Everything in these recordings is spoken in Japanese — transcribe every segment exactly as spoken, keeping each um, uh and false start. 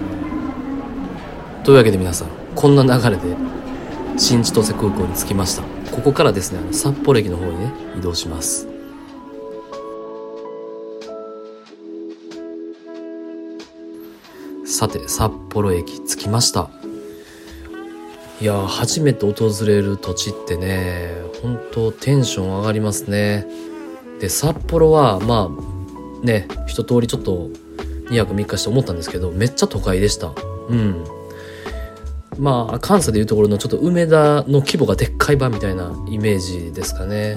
というわけで皆さん、こんな流れで新千歳空港に着きました。ここからですね、あの札幌駅の方にね移動します。さて、札幌駅着きました。いやー、初めて訪れる土地ってね、本当テンション上がりますね。で、札幌はまあね、一通りちょっとにはくみっかして思ったんですけど、めっちゃ都会でした。うん。まあ関西でいうところのちょっと梅田の規模がでっかい版みたいなイメージですかね。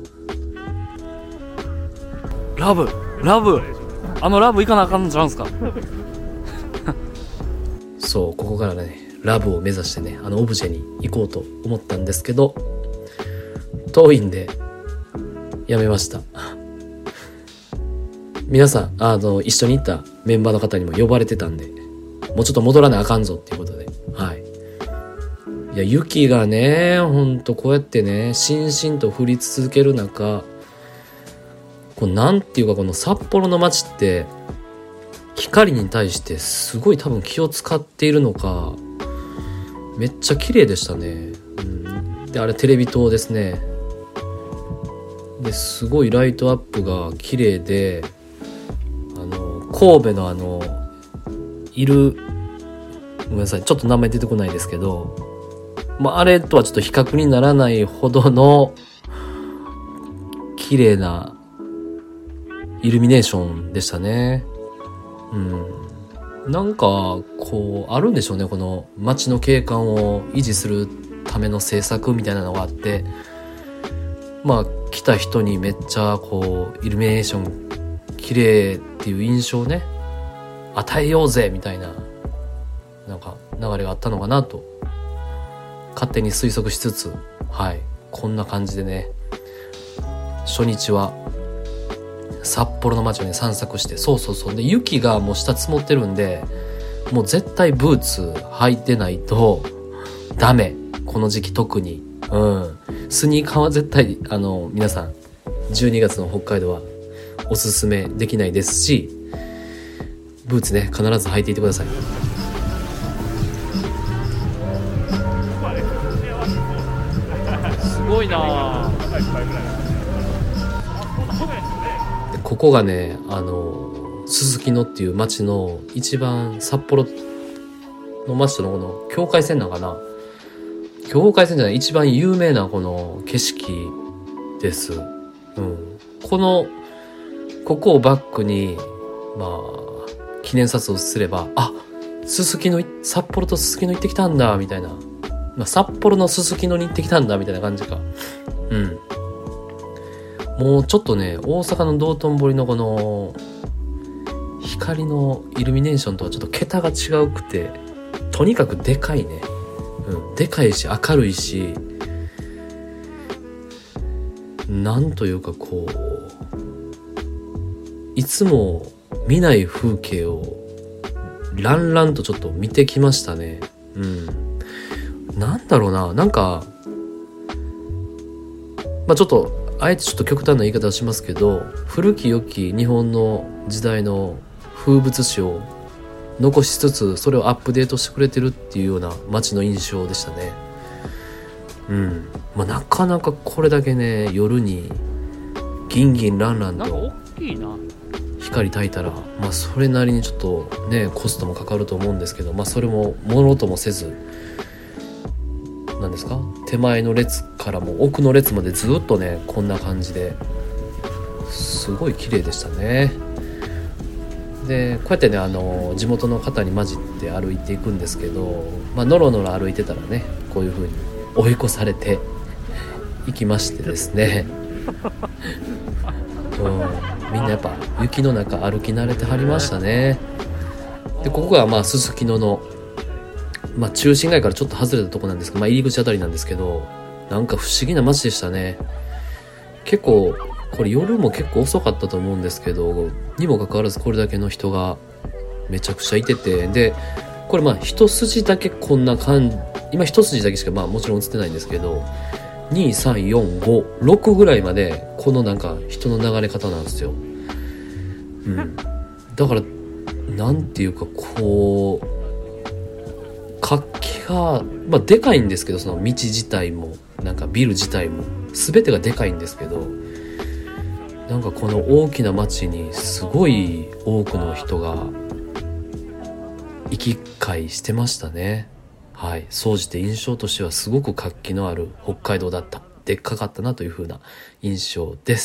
ラブラブあのラブ行かなあかんんちゃうんすかそう、ここからねラブを目指してね、あのオブジェに行こうと思ったんですけど、遠いんでやめました。皆さん、あの一緒に行ったメンバーの方にも呼ばれてたんで、もうちょっと戻らなあかんぞっていうことで、はい。いや、雪がね、ほんとこうやってね、しんしんと降り続ける中、こうなんていうか、この札幌の街って、光に対してすごい多分気を使っているのか、めっちゃ綺麗でしたね。うん、で、あれテレビ塔ですね。で、すごいライトアップが綺麗で、あの、神戸のあの、いる、ごめんなさい、ちょっと名前出てこないですけど、まあ、あれとはちょっと比較にならないほどの綺麗なイルミネーションでしたね。うん。なんかこうあるんでしょうね、この街の景観を維持するための政策みたいなのがあって、まあ来た人にめっちゃこうイルミネーション綺麗っていう印象をね与えようぜみたいななんか流れがあったのかなと勝手に推測しつつ、はい、こんな感じでね、初日は札幌の街をね散策して、そうそうそう、で雪がもう下積もってるんで、もう絶対ブーツ履いてないとダメ、この時期特に。うん、スニーカーは絶対あの皆さんじゅうにがつの北海道はおすすめできないですし、ブーツね必ず履いていてください。すごいな。でここがね、あのすすきのっていう町の一番札幌の町とのこの境界線なんかな、境界線じゃない、一番有名なこの景色です。うん、このここをバックにまあ記念撮影をすれば、あ、すすきの札幌とすすきの行ってきたんだみたいな、まあ、札幌のすすきのに行ってきたんだみたいな感じか。うん。もうちょっとね、大阪の道頓堀のこの光のイルミネーションとはちょっと桁が違うくて、とにかくでかいね。うん、でかいし明るいし、なんというかこういつも見ない風景をランランとちょっと見てきましたね。うん。なんだろうな、なんかまあちょっとあえてちょっと極端な言い方をしますけど、古き良き日本の時代の風物詩を残しつつ、それをアップデートしてくれてるっていうような街の印象でしたね。うん。まあなかなかこれだけね、夜にギンギンランランと光焚いたら、まあそれなりにちょっとねコストもかかると思うんですけど、まあそれもものともせず、なんですか、手前の列からも奥の列までずっとねこんな感じですごい綺麗でしたね。でこうやってね、あの地元の方に混じって歩いていくんですけど、まあのろのろ歩いてたらね、こういう風に追い越されていきましてですね、うん、みんなやっぱ雪の中歩き慣れてはりましたね。でここがまあすすきののまあ中心街からちょっと外れたとこなんですけど、まあ入り口あたりなんですけど、なんか不思議な街でしたね。結構これ夜も結構遅かったと思うんですけど、にもかかわらずこれだけの人がめちゃくちゃいてて、でこれまあ一筋だけこんな感じ、今一筋だけしかまあもちろん映ってないんですけど、に、さん、よん、ご、ろくぐらいまでこのなんか人の流れ方なんですよ。うん。だからなんていうかこう活気が、まあ、でかいんですけど、その道自体もなんかビル自体も全てがでかいんですけど、なんかこの大きな街にすごい多くの人が行き交いしてましたね。はい、総じて印象としてはすごく活気のある北海道だった、でっかかったなという風な印象です。